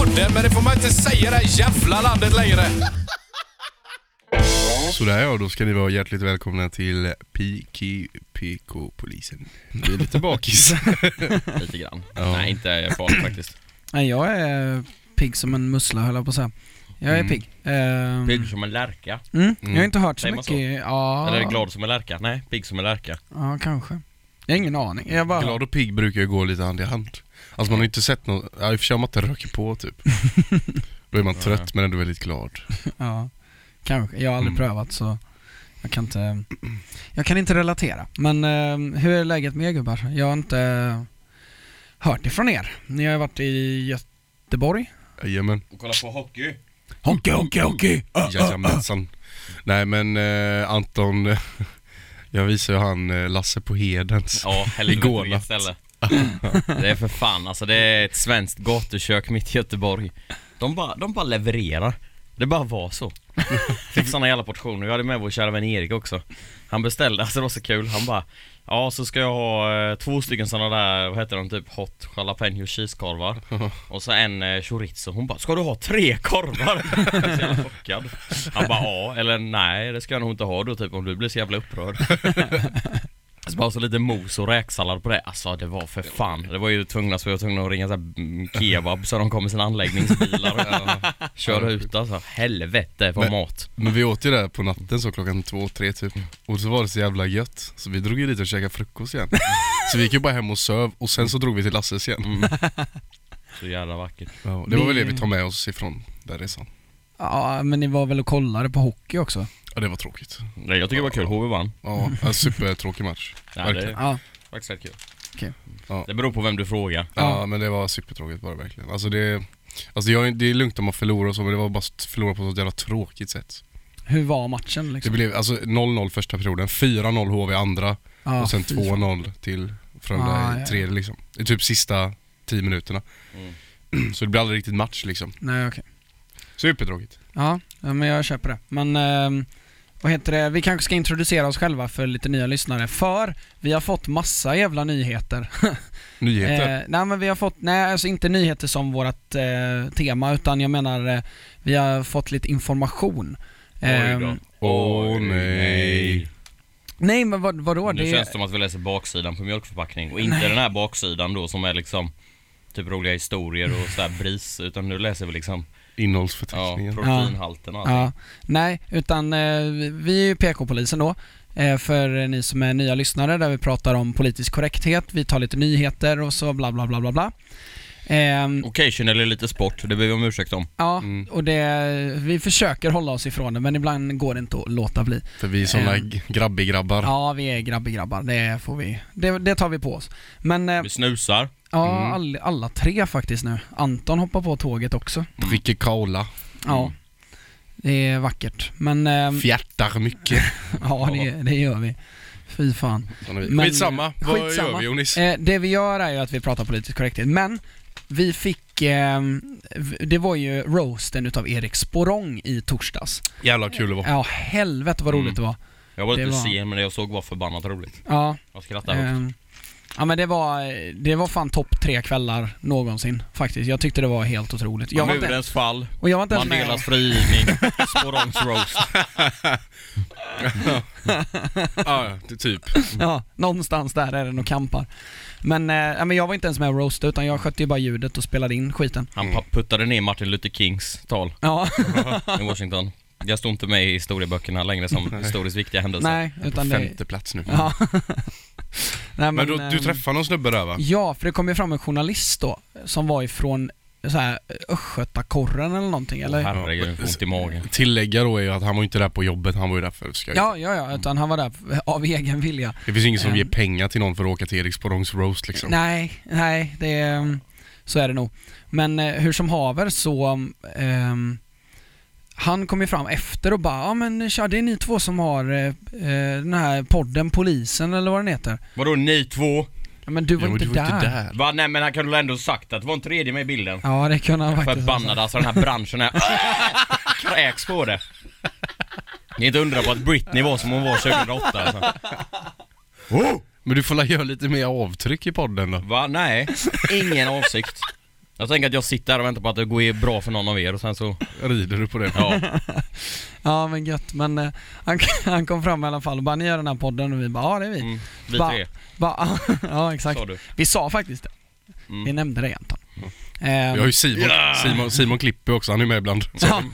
podden, men det får man inte säga det här jävla landet längre. Sådär ja, då ska ni vara hjärtligt välkomna till PK-polisen. Vi är lite bakis. Lite grann. Ja. Nej, inte farligt faktiskt. Nej, jag är pigg som en mussla, höll jag på att säga. Jag är pigg. Pigg som en lärka. Jag har inte hört så Säger man mycket. Ja. Eller glad som en lärka? Nej, pigg som en lärka. Ja, kanske. Jag har ingen aning. Jag bara... Glad och pigg brukar ju gå lite hand i hand. Alltså man har inte sett något, i och för sig om man inte röker på typ. Då är man trött men ändå väldigt glad. Ja, kanske. Jag har aldrig prövat så jag kan inte relatera. Men hur är läget med er gubbar? Jag har inte hört ifrån er. Ni har varit i Göteborg. Jajamän. Och kolla på hockey. Hockey. Jajamensan. Nej men Anton, jag visar ju han Lasse på Hedens. Ja, Igår helvete ställe. Det är för fan, alltså det är ett svenskt gatukök mitt i Göteborg. De bara levererar. Det bara var så. Fick såna jävla portioner. Jag hade med vår kära vän Erik också. Han beställde, alltså det var så kul. Han bara, ja så ska jag ha 2 stycken såna där, vad heter de, typ hot jalapeno cheesekorvar. Och så en chorizo. Hon bara, ska du ha 3 korvar? Så jävla chockad. Han bara, ja, eller nej, det ska jag nog inte ha då typ om du blir så jävla upprörd. Så bara så lite mos och räksallad på det. Alltså det var för fan. Det var ju tvungna att ringa så här kebab så de kom med sina anläggningsbilar och körde ut alltså. Helvete för mat. Men vi åt ju där på natten så klockan 2-3 typ. Och så var det så jävla gött. Så vi drog ju dit och käkade frukost igen. Så vi gick ju bara hem och söv. Och sen så drog vi till Lasses igen. Så jävla vackert. Ja, det var väl det vi tog med oss ifrån där resan. Ja, men ni var väl och kollade på hockey också? Ja, det var tråkigt. Nej, jag tycker det var kul. HV vann. Ja, en supertråkig match. Ja, det är faktiskt rätt kul. Okej. Ja. Det beror på vem du frågar. Ja, men det var supertråkigt bara verkligen. Alltså det är lugnt om man förlorar och så, men det var bara att förlora på ett jävla tråkigt sätt. Hur var matchen Det liksom? blev alltså 0-0 första perioden, 4-0 HV andra och sen 2-0 till Frölunda i tredje liksom. I typ sista 10 minuterna. Så det blev aldrig riktigt match liksom. Nej, okej. Supertråkigt. Ja, men jag köper det. Men vad heter det? Vi kanske ska introducera oss själva för lite nya lyssnare. För vi har fått massa jävla nyheter. Nyheter? Nej, men vi har fått, alltså inte nyheter som vårat tema, utan jag menar vi har fått lite information. Åh nej. Nej, men vadå? Nu känns det som att vi läser baksidan på mjölkförpackning och inte den här baksidan då som är liksom typ roliga historier och sådär bris, utan nu läser vi liksom innehållsförteckningen. Ja, proteinhalten och allting. Ja, nej, utan vi är ju PK-polisen då. För ni som är nya lyssnare, där vi pratar om politisk korrekthet. Vi tar lite nyheter och så bla bla bla bla bla. Occasion eller lite sport, det ber vi om ursäkt om. Ja, och vi försöker hålla oss ifrån det, men ibland går det inte att låta bli. För vi är såna grabbar. Ja, vi är grabbar. Det får vi. Det tar vi på oss. Men vi snusar. ja, alla 3 faktiskt nu. Anton hoppar på tåget också. Dricker cola. Ja. Det är vackert. Men fjärtar mycket. ja, det gör vi. Fy fan. Skitsamma. Vad gör vi, Jonis? Det vi gör är ju att vi pratar politisk korrekthet. Men vi fick det var ju roasten utav Erik Sporrong i torsdags. Jävla kul det var. Ja, helvete vad roligt det var. Jag var lite sen, men det jag såg var förbannat roligt. Ja. Jag skrattade högt. Ja, men det var fan topp 3 kvällar någonsin faktiskt. Jag tyckte det var helt otroligt. Murens fall, och jag var inte ens Mandelas frigivning, Sporrongs roast. Ja, typ. Ja, någonstans där är det nog kampar. Men jag var inte ens med och roasta, utan jag skötte ju bara ljudet och spelade in skiten. Han puttade ner Martin Luther Kings tal i Washington. Jag står inte med i historieböckerna längre som historiskt viktiga händelser. Nej, utan på 5:e plats nu. Ja. Nej, men då, du träffade någon snubbe där va? Ja, för det kom ju fram en journalist då som var ifrån så här Östgötakorren eller någonting, eller? Herregud, ont i magen. Tillägga då är ju att han var inte där på jobbet, han var ju där för skoj. Ja, utan han var där av egen vilja. Det finns ingen som ger pengar till någon för att åka till Erik Sporrongs roast liksom. Nej, så är det nog. Men hur som haver så han kom ju fram efter och bara, ja men tja, det är ni 2 som har den här podden Polisen eller vad den heter. Vadå ni 2? Ja, men du var inte där. Va? Nej, men han kunde väl ändå sagt att det var en tredje med i bilden. Ja, det kunde han faktiskt. Förbannad, alltså den här branschen är kräks på det. Det är inte undra på att Britney var som hon var 2008 alltså. Men du får göra lite mer avtryck i podden då. Va? Nej, ingen avsikt. Jag tänker att jag sitter här och väntar på att det går bra för någon av er och sen så rider du på det. Ja. Ja men gött, men han kom fram i alla fall och bara, ni gör den här podden och vi bara, ja det är vi. Vi tre. Ja exakt. Vi sa faktiskt det. Vi nämnde det egentligen. Vi har ju Simon Klippe också, han är med ibland.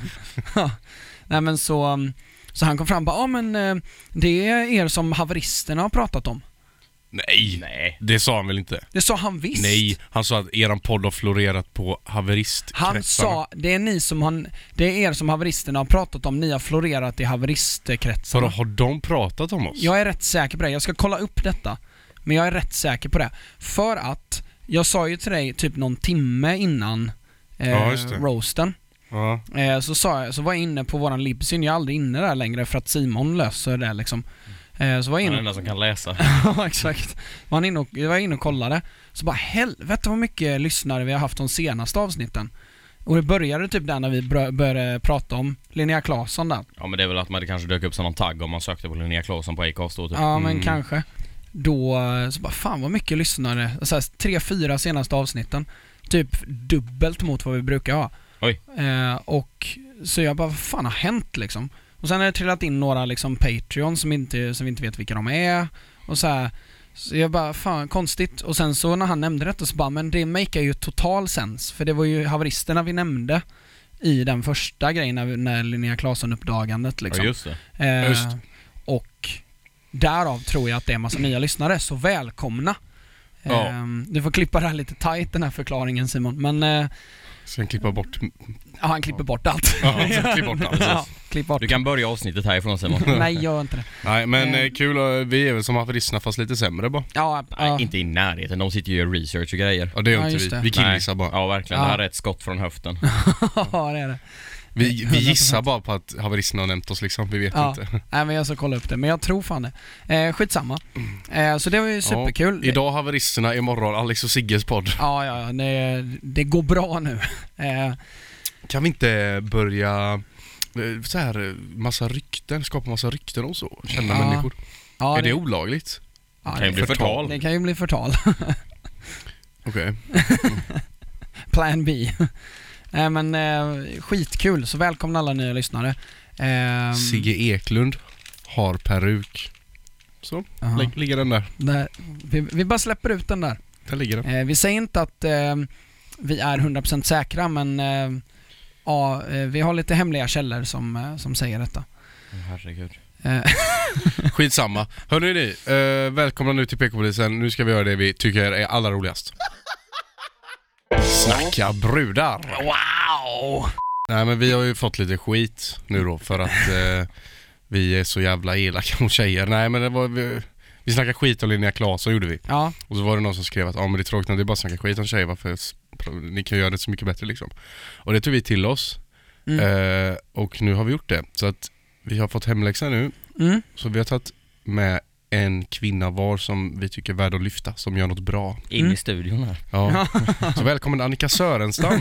Nej men så han kom fram och bara, ja men det är er som haveristerna har pratat om. Nej, det sa han väl inte? Det sa han visst. Nej, han sa att eran podd har florerat på haveristkretsarna. Han sa, det är er som haveristerna har pratat om, ni har florerat i haveristkretsarna. Har de pratat om oss? Jag är rätt säker på det, jag ska kolla upp detta. Men jag är rätt säker på det. För att, jag sa ju till dig typ någon timme innan roasten. Ja. Så var jag inne på våran Libsyn, jag är aldrig inne där längre för att Simon löser det liksom. Så var jag inne... Han är den där som kan läsa. Ja, exakt. Jag var inne och kollade. Så bara, helvete vad mycket lyssnare vi har haft de senaste avsnitten. Och det började typ där när vi började prata om Linnea Claesson där. Ja, men det är väl att man kanske dök upp som någon tagg om man sökte på Linnea Claesson på Acast då typ. Ja, men kanske. Då, så bara, fan vad mycket lyssnare. Så här, 3-4 senaste avsnitten. Typ dubbelt mot vad vi brukar ha. Oj. Och så jag bara, vad fan har hänt liksom? Och sen har det trillat in några liksom Patreon som vi inte vet vilka de är. Och så här, så jag bara, fan konstigt. Och sen så när han nämnde detta så bara, men det makear ju total sens. För det var ju haveristerna vi nämnde i den första grejen när Linnea Claesson uppdagandet liksom. Ja, just det. Just. Och därav tror jag att det är en massa nya lyssnare. Så välkomna. Ja. Du får klippa det här lite tight, den här förklaringen Simon. Men... Sen klippa bort... Ja, han klipper bort allt. Ja, sen klipp bort allt. Ja, klipp bort. Du kan börja avsnittet härifrån Simon. Nej, gör inte det. Nej, men kul. Vi är väl som haveristerna fast lite sämre bara. Ja, Nej, inte i närheten. De sitter ju och gör research och grejer. Ja, det är Ja, inte just vi. det. Vi killgissar bara. Ja, verkligen. Ja. Det här är ett skott från höften. Ja, det är det. Vi gissar bara på att haveristerna har nämnt oss liksom. Vi vet inte. Nej, men jag ska kolla upp det. Men jag tror fan det. Skitsamma. Så det var ju superkul. Ja, idag haveristerna, imorgon Alex och Sigges podd. Ja, det går bra nu. Kan vi inte börja så här skapa massa rykten och så, kända människor? Ja, är det olagligt? Ja, Det kan ju bli förtal. Det kan ju bli förtal. Okej. Plan B. Men skitkul, så välkomna alla nya lyssnare. Sigge Eklund har peruk. Så, ligger den där. Vi bara släpper ut den där. Där ligger den. Vi säger inte att vi är 100% säkra, men vi har lite hemliga källor som säger detta. Herregud. Skitsamma. Hörrni ni, välkomna nu till PK-polisen. Nu ska vi göra det vi tycker är allra roligast. Snacka brudar. Wow! Nej, men vi har ju fått lite skit nu då för att vi är så jävla elaka mot tjejer. Nej, men det var vi snackade skit om Linnea Claesson gjorde vi. Ja. Och så var det någon som skrev att men det är tråkigt när det är bara snacka skit om tjejer, varför ni kan göra det så mycket bättre liksom. Och det tog vi till oss. Och nu har vi gjort det. Så att vi har fått hemläxa nu. Så vi har tagit med en kvinna var som vi tycker är värd att lyfta, som gör något bra. In i studion här. Ja. Så välkommen Annika Sörenstam.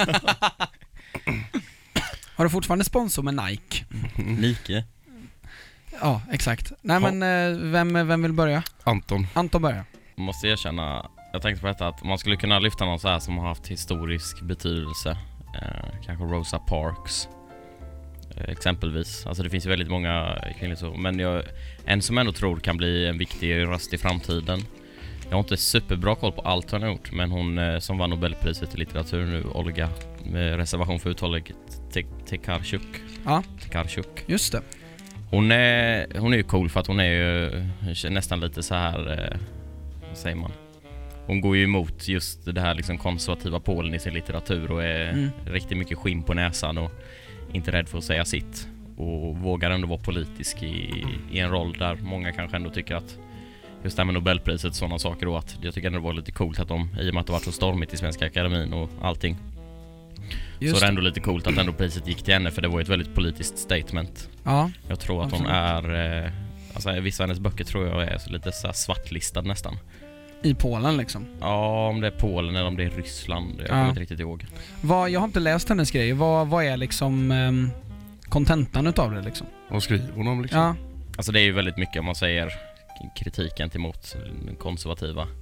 Har du fortfarande sponsor med Nike? Nike. Ja, exakt. Nej, men vem vill börja? Anton börjar. Måste erkänna, jag tänkte på detta att man skulle kunna lyfta någon så här som har haft historisk betydelse. Kanske Rosa Parks. Exempelvis. Alltså det finns ju väldigt många kvinnor så. Men en som ändå tror kan bli en viktig röst i framtiden. Jag har inte superbra koll på allt hon har gjort, men hon som vann Nobelpriset i litteratur nu, Olga, med reservation för uttalet Tokarczuk. Ja. Tokarczuk. Just det. Hon är ju cool för att hon är ju nästan lite så här, vad säger man? Hon går ju emot just det här liksom konservativa Polen i sin litteratur och är riktigt mycket skinn på näsan och inte rädd för att säga sitt. Och vågar ändå vara politisk i en roll där många kanske ändå tycker att just det här med Nobelpriset, sådana saker då, att jag tycker ändå det var lite coolt att de, i och med att det var så stormigt i Svenska Akademin och allting, just så det är ändå lite coolt att ändå priset gick till henne, för det var ett väldigt politiskt statement. Ja. Jag tror att hon är, alltså vissa av hennes böcker tror jag är så lite så här svartlistad nästan. I Polen liksom? Ja, om det är Polen eller om det är Ryssland, jag kommer inte riktigt ihåg. Jag har inte läst hennes grejer. Vad är liksom kontentan utav det liksom? Vad skriver hon om liksom? Ja. Alltså det är ju väldigt mycket, om man säger, kritiken till mot den konservativa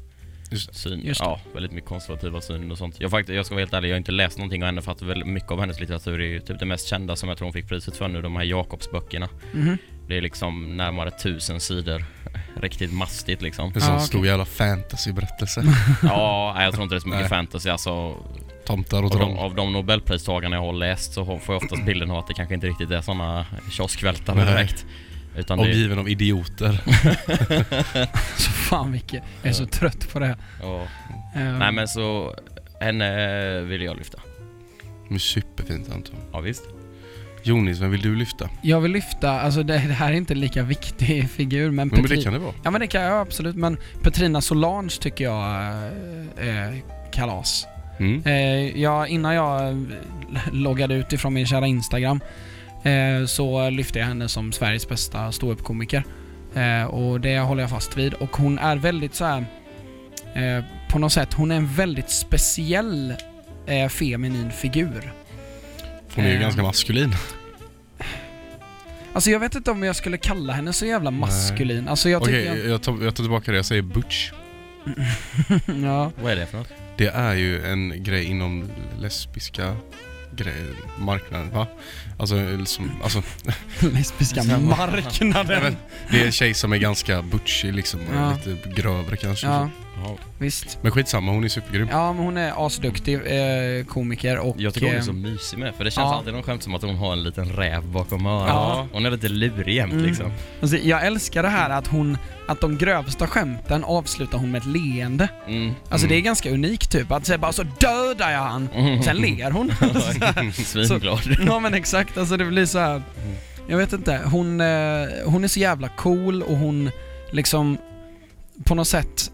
syn. Just det. Ja, väldigt mycket konservativa syn och sånt. Jag ska vara helt ärlig, jag har inte läst någonting av henne för att väldigt mycket av hennes litteratur är ju typ det mest kända som jag tror hon fick priset för nu, de här Jakobsböckerna. Det är liksom närmare 1000 sidor. Riktigt mastigt liksom. Det är sån stor jävla fantasyberättelse. Ja, jag tror inte det är så mycket fantasy. Alltså, tomtar och troll. Av de Nobelpristagarna jag har läst så får jag oftast bilden av att det kanske inte riktigt är såna kioskvältare direkt. Utan omgiven av idioter. Så fan vilket. Jag är så trött på det. Ja. Nej men så henne vill jag lyfta. Men superfint Anton. Ja visst. Jonis, vem vill du lyfta? Jag vill lyfta, alltså det här är inte lika viktig figur, men det kan det vara. Ja men det kan jag absolut, men Petrina Solange tycker jag är kalas. Innan jag loggade ut ifrån min kära Instagram så lyfte jag henne som Sveriges bästa ståuppkomiker. Och det håller jag fast vid. Och hon är väldigt så här, på något sätt, hon är en väldigt speciell feminin figur. Hon är ju ganska maskulin. Alltså jag vet inte om jag skulle kalla henne så jävla maskulin. Alltså jag tycker jag tar tillbaka det, jag säger butch. Ja. Vad är det för något? Det är ju en grej inom lesbiska marknaden, va? Alltså lesbiska marknaden. Men det är en tjej som är ganska butchig liksom, lite grövre kanske. Ja. Visst. Men skitsamma, hon är supergrym. Ja, men hon är asduktig komiker och jag tycker hon är så mysig med, för det känns alltid någon skämt som att hon har en liten räv bakom örat. Ja. Hon är lite lurig jämt liksom. Alltså, jag älskar det här att de grövsta skämten avslutar hon med ett leende. Alltså det är ganska unikt typ, att säga bara så dödar jag han, sen ler hon. Svinglad. Ja men exakt, alltså det blir så här. Jag vet inte, hon är så jävla cool och hon liksom på något sätt,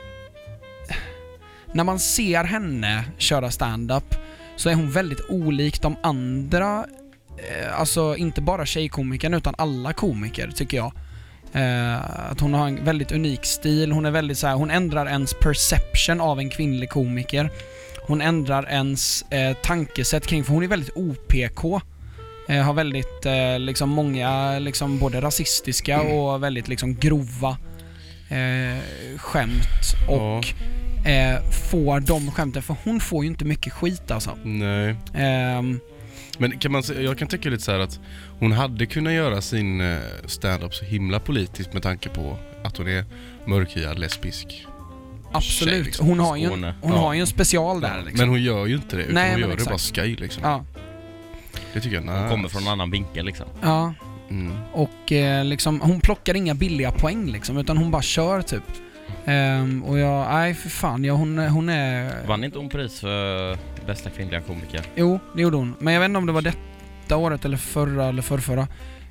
när man ser henne köra stand-up så är hon väldigt olik de andra, alltså inte bara tjejkomikern utan alla komiker tycker jag. Att hon har en väldigt unik stil, hon är väldigt så här, hon ändrar ens perception av en kvinnlig komiker. Hon ändrar ens tankesätt kring, för hon är väldigt OPK. Har väldigt liksom många liksom både rasistiska och väldigt liksom grova skämt och får de skämten, för hon får ju inte mycket skit alltså. Nej. Men jag kan tycka lite så här att hon hade kunnat göra sin stand-up så himla politiskt med tanke på att hon är mörkhyad, lesbisk. Absolut. Tjej, liksom. Hon har ju en special där liksom. Men hon gör ju inte det, utan hon gör det bara skoj liksom. Ja. Det tycker jag. Hon kommer från en annan vinkel liksom. Ja. Och liksom hon plockar inga billiga poäng liksom, utan hon bara kör typ. Och nej för fan, hon är... Vann inte hon pris för bästa kvinnliga komiker? Jo, det gjorde hon. Men jag vet inte om det var detta året eller förra eller förrförra.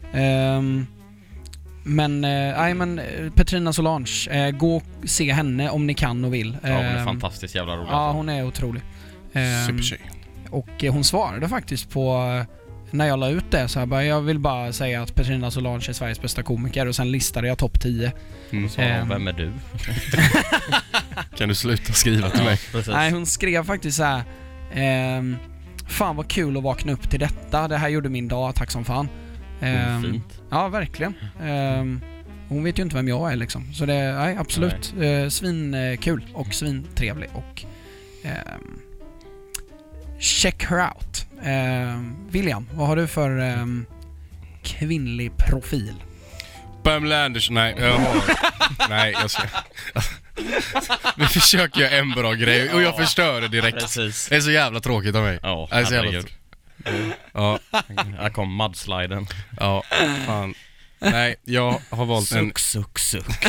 Men Petrina Solange, gå och se henne om ni kan och vill. Ja, hon är fantastiskt jävla rolig. Ja, hon är otrolig. Supertjej. Och hon svarade faktiskt på när jag la ut det så här, bara, jag vill bara säga att Petrina Solange är Sveriges bästa komiker, och sen listade jag topp 10. Så vem är du? Kan du sluta skriva till mig? Nej, hon skrev faktiskt så här: fan vad kul att vakna upp till detta. Det här gjorde min dag, tack som fan. Fint. Ja, verkligen. Hon vet ju inte vem jag är liksom. Så det, nej, absolut. Svinkul och svintrevlig och check her out. William, vad har du för kvinnlig profil? Pamela Anderson, nej. Nej, jag ska... Nu försöker jag en bra grej och jag förstör det direkt. Precis. Det är så jävla tråkigt av mig. Ja, det är så jävla... Ja. Här kom mudsliden. Ja, fan. Nej, jag har valt en... Suck.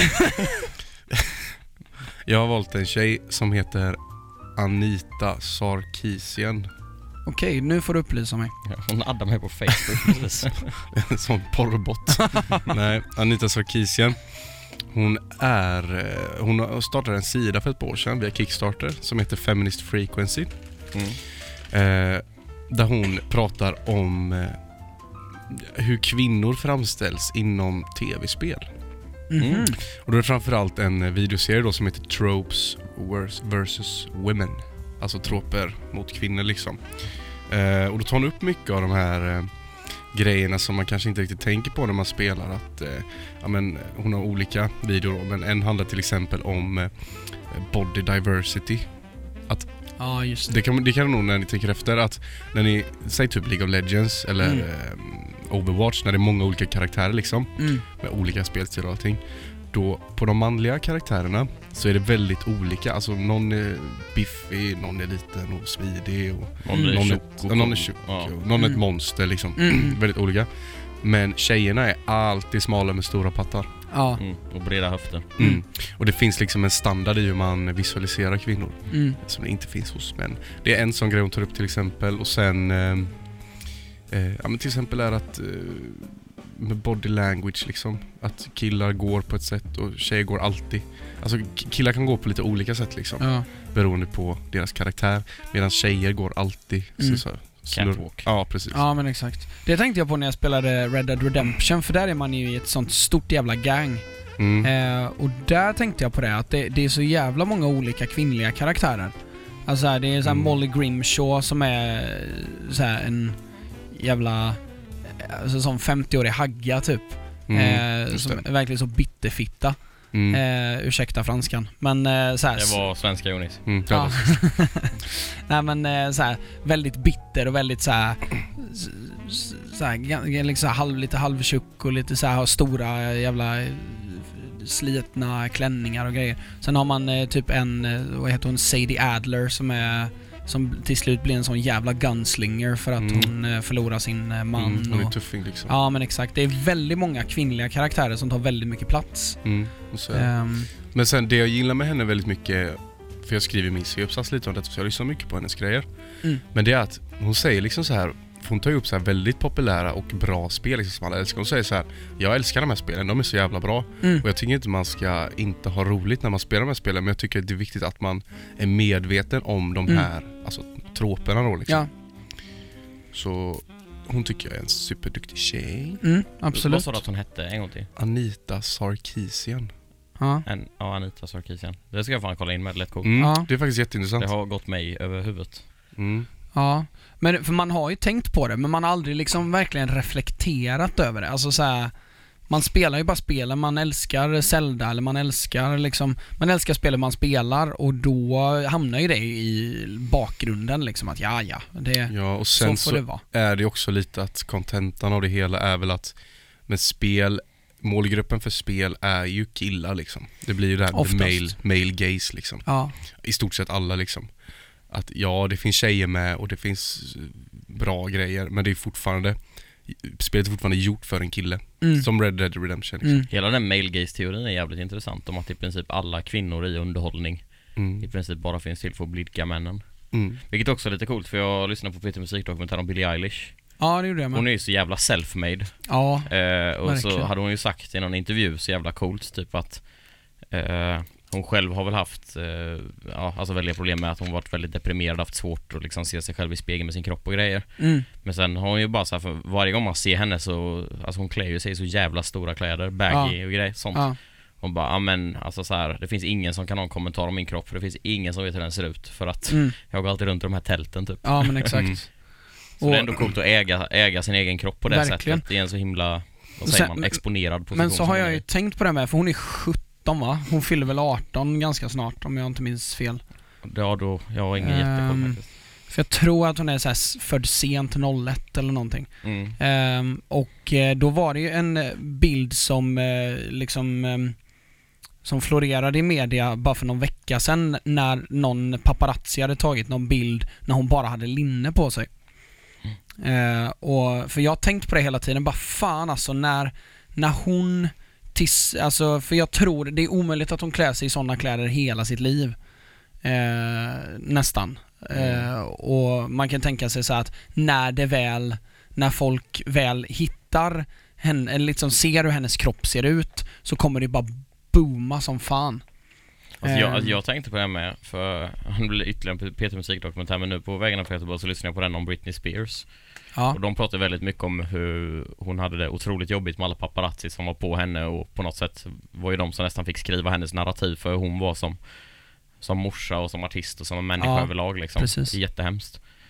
Jag har valt en tjej som heter Anita Sarkeesian. Okej, nu får du upplysa mig. Hon addar mig på Facebook. En sån porrbot. Nej, Anita Sarkeesian. Hon startade en sida för ett år sedan via Kickstarter som heter Feminist Frequency. Där hon pratar om hur kvinnor framställs inom tv-spel. Och då är det framförallt en videoserie då som heter Tropes versus Women. Alltså troper mot kvinnor liksom. Och då tar hon upp mycket av de här grejerna som man kanske inte riktigt tänker på när man spelar. Att ja, men, hon har olika videor, men en handlar till exempel om body diversity. Att Ja, just det kan nog när ni tänker efter, att när ni säger typ League of Legends eller Overwatch, när det är många olika karaktärer liksom, med olika spelstilar och allting, då på de manliga karaktärerna så är det väldigt olika. Alltså någon är biffig, någon är liten och smidig och någon är tjock och någon är ett monster liksom. Väldigt olika. Men tjejerna är alltid smala med stora pattar. Ja. Och breda höfter. Och det finns liksom en standard i hur man visualiserar kvinnor som det inte finns hos män. Det är en sån grej hon tar upp till exempel. Och sen ja, men till exempel är att med body language liksom, att killar går på ett sätt och tjejer går alltid. Alltså killar kan gå på lite olika sätt liksom, beroende på deras karaktär, medan tjejer går alltid så catwalk. Ja, precis. Ja, men exakt. Det tänkte jag på när jag spelade Red Dead Redemption, för där är man ju i ett sånt stort jävla gang. Och där tänkte jag på det, att det är så jävla många olika kvinnliga karaktärer. Alltså det är så här Molly Grimshaw som är så här en jävla alltså som 50-årig hagga typ. Som är verkligen så bitterfitta. Ursäkta franskan. Men så här, det var svenska Jonis. Ja. Nej, men så här, väldigt bitter och väldigt så här liksom lite halvtjock och lite så här, har stora jävla slitna klänningar och grejer. Sen har man typ en, vad heter hon, Sadie Adler, som till slut blir en sån jävla gunslinger för att hon förlorar sin man. Hon är tuffing liksom. Ja, men exakt. Det är väldigt många kvinnliga karaktärer som tar väldigt mycket plats. Men sen det jag gillar med henne väldigt mycket, för jag skriver min C-uppsats lite om det, så jag lyssnar mycket på hennes grejer. Men det är att hon säger liksom så här, hon tar ju upp så här väldigt populära och bra spel liksom, som alla älskar. Hon säger så här: jag älskar de här spelen, de är så jävla bra. Och jag tycker inte man ska inte ha roligt när man spelar de här spelen, men jag tycker att det är viktigt att man är medveten om de här alltså troperna då liksom. Så hon tycker jag är en superduktig tjej. Absolut. Vad sa du att hon hette en gång till? Anita Sarkeesian. Anita Sarkeesian. Det ska jag fan kolla in med, lätt coolt. Det är faktiskt jätteintressant. Det har gått mig över huvudet. Ja, men för man har ju tänkt på det, men man har aldrig liksom verkligen reflekterat över det. Alltså så här, man spelar ju bara spelen, man älskar Zelda eller man älskar spelen man spelar, och då hamnar ju det i bakgrunden liksom, att och sen så får det vara. Är det också lite att kontentan av det hela är väl att med spel, målgruppen för spel är ju killar liksom. Det blir ju det här male gaze liksom. I stort sett alla liksom. Att det finns tjejer med och det finns bra grejer, men det är fortfarande, spelet är fortfarande gjort för en kille. Som Red Dead Redemption liksom. Hela den male gaze-teorin är jävligt intressant, om att i princip alla kvinnor i underhållning i princip bara finns till för att blidka männen. Vilket också är lite coolt, för jag lyssnade på Peter musikdokumentär om Billie Eilish. Ja, det gjorde jag med. Hon är ju så jävla self-made. Ja, och verkligen. så hade hon ju sagt i någon intervju så jävla coolt typ att hon själv har väl haft alltså väldigt problem med att hon varit väldigt deprimerad, haft svårt att liksom se sig själv i spegeln med sin kropp och grejer. Men sen har hon ju bara så här, för varje gång man ser henne så, alltså hon klär ju sig i så jävla stora kläder, baggy och grejer, sånt. Hon bara, men alltså så här, det finns ingen som kan ha en kommentar om min kropp, för det finns ingen som vet hur den ser ut, för att jag går alltid runt i de här tälten typ. Ja, men exakt. Så det är ändå coolt att äga sin egen kropp på det sättet i en så himla, vad säger man, exponerad position. Men så har jag ju tänkt på det med, för hon är 17 va? Hon fyller väl 18 ganska snart, om jag inte minns fel. Ja, då, jag har ingen jättekoll faktiskt. För jag tror att hon är så här född sent 01 eller någonting. Och då var det ju en bild som som florerade i media bara för någon vecka sedan, när någon paparazzi hade tagit någon bild när hon bara hade linne på sig. Och för jag har tänkt på det hela tiden, bara fan alltså, när hon alltså, för jag tror det är omöjligt att hon klär sig i sådana kläder hela sitt liv. Nästan. Och man kan tänka sig så att när folk väl hittar henne, eller liksom ser hur hennes kropp ser ut, så kommer det bara booma som fan. Alltså jag tänkte på det med, för han blev ytterligare en Peter musikdokumentär, men nu på vägarna på Göteborg så lyssnar jag på den om Britney Spears. Och de pratar väldigt mycket om hur hon hade det otroligt jobbigt med alla paparazzi som var på henne, och på något sätt var ju de som nästan fick skriva hennes narrativ för hur hon var som morsa och som artist och som en människa överlag liksom. Precis. Det är jättehemskt.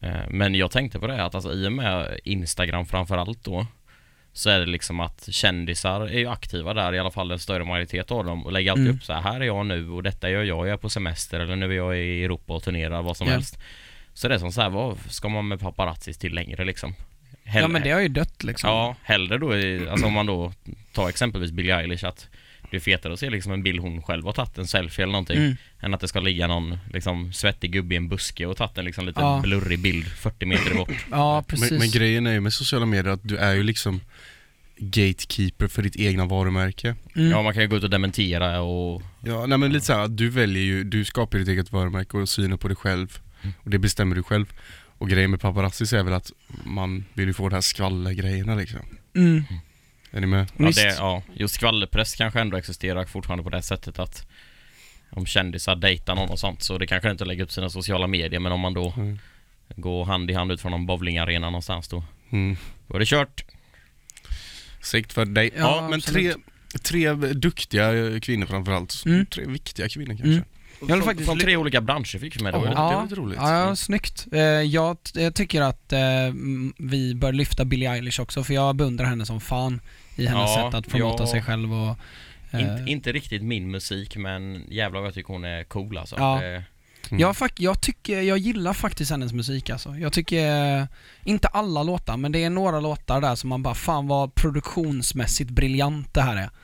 Men jag tänkte på det att alltså, i och med Instagram framförallt då, så är det liksom att kändisar är ju aktiva där, i alla fall en större majoritet av dem, och lägger alltid upp så här är jag nu och detta gör jag är på semester, eller nu är jag i Europa och turnerar, vad som helst. Så det är som så här, vad ska man med paparazzis till längre liksom? Ja, men det har ju dött liksom. Ja, hellre då alltså om man då tar exempelvis Billie Eilish, att det är fetare att se liksom en bild hon själv har tagit, en selfie eller någonting, än att det ska ligga någon liksom svettig gubbe i en buske och tagit en liksom lite blurrig bild 40 meter bort. Ja, precis. Men grejen är ju med sociala medier att du är ju liksom gatekeeper för ditt egna varumärke. Ja, man kan ju gå ut och dementera och... Ja, nej men lite så här, du väljer ju, du skapar ditt eget varumärke och synen på dig själv. Och det bestämmer du själv. Och grejen med paparazzi är väl att man vill ju få de här skvallergrejerna liksom. Är ni med? Ja, just skvallerpress kanske ändå existerar fortfarande på det sättet att om kändisar dejtar någon och sånt, så det kanske inte lägger upp sina sociala medier, men om man då går hand i hand ut från någon bowlingarena någonstans då är det kört. Sikt för dig. Ja, men tre duktiga kvinnor framförallt. 3 viktiga kvinnor kanske. Från 3 olika branscher fick vi med då. Det var lite roligt. Ja, snyggt. Jag tycker att vi bör lyfta Billie Eilish också, för jag beundrar henne som fan i hennes sätt att promota sig själv och... Inte riktigt min musik, men jävlar vad jag tycker hon är cool alltså. Ja. Jag gillar faktiskt hennes musik alltså. Jag tycker, inte alla låtar, men det är några låtar där som man bara, fan vad produktionsmässigt briljant det här är.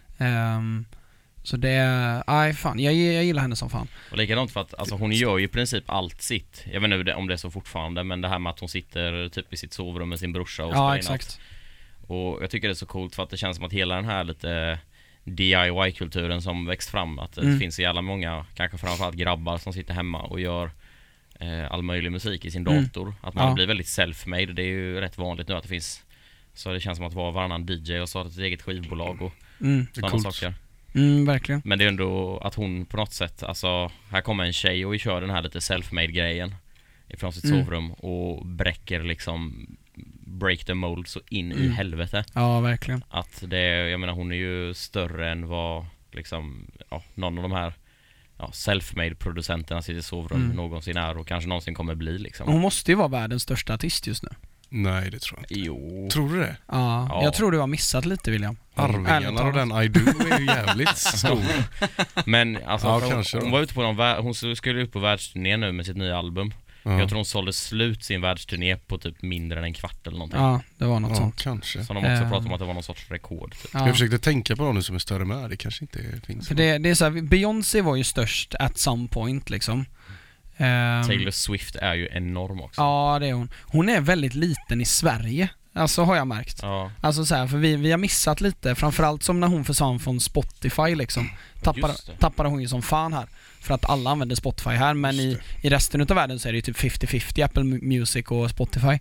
Så det är, fan, jag gillar henne som fan. Och likadant för att alltså, hon gör ju i princip allt sitt. Jag vet inte om det är så fortfarande, men det här med att hon sitter typ i sitt sovrum med sin brorsa och spelar in allt. Och jag tycker det är så coolt för att det känns som att hela den här lite DIY-kulturen som växt fram, att det finns i alla många, kanske framförallt grabbar som sitter hemma och gör all möjlig musik i sin dator. Att man blir väldigt self-made. Det är ju rätt vanligt nu att det finns, så det känns som att vara varannan DJ och starta ett eget skivbolag och sådana saker. Verkligen. Men det är ändå att hon på något sätt, alltså här kommer en tjej och vi kör den här lite self-made grejen ifrån sitt sovrum och bräcker liksom break the mold så in i helvete. Ja, verkligen. Att det, jag menar, hon är ju större än vad liksom, någon av de här self-made producenterna sitter i sovrum någonsin är och kanske någonsin kommer bli liksom. Hon måste ju vara världens största artist just nu. Nej, det tror jag inte. Jo. Tror du det? Ja. Jag tror du har missat lite, William. Arvingarna och den I Do är ju jävligt stor. Men alltså, hon var ute på hon skulle ut på världsturné nu med sitt nya album. Jag tror hon sålde slut sin världsturné på typ mindre än en kvart eller någonting. Ja, det var något sånt. Kanske. Så de också pratade om att det var någon sorts rekord typ. Jag försökte tänka på någon som är större med, det kanske inte finns. För det är så här, Beyoncé var ju störst at some point liksom. Taylor Swift är ju enorm också. Ja, det är hon. Hon är väldigt liten i Sverige. Alltså har jag märkt. Ja. Alltså så här, för vi har missat lite, framförallt som när hon försvann från Spotify liksom. Tappade hon ju som fan här. För att alla använder Spotify här, men i resten av världen så är det ju typ 50-50 Apple Music och Spotify.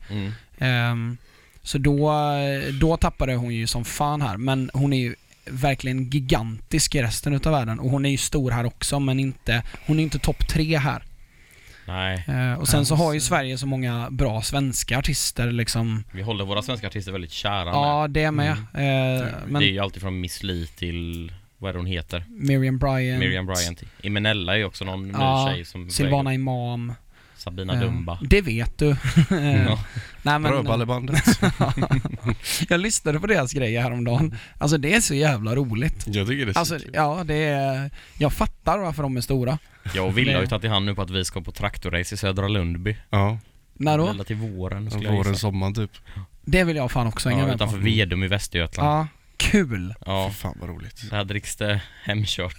Så då tappade hon ju som fan här, men hon är ju verkligen gigantisk i resten av världen, och hon är ju stor här också, men hon är inte topp 3 här. Nej. Och sen så har ju Sverige så många bra svenska artister liksom. Vi håller våra svenska artister väldigt kära med. Ja, det är med. Men det är ju alltid från Miss Li till, vad är det hon heter? Miriam Bryant. Imenella är ju också någon ny tjej som... Silvana Imam. Sabina Dumba. Det vet du. Rödballebandet. Jag lyssnade på deras grejer häromdagen. Alltså det är så jävla roligt. Jag tycker det är alltså, ja, det är... Jag fattar varför de är stora. Jag och Willa har ju tagit i hand nu på att vi ska på traktorrace i Södra Lundby. Ja. När då? Eller till våren. Våren, sommaren typ. Det vill jag fan också hänga med utanför Vedum i Västergötland. Ja, kul. Ja. Fan vad roligt. Där dricks det hemkört.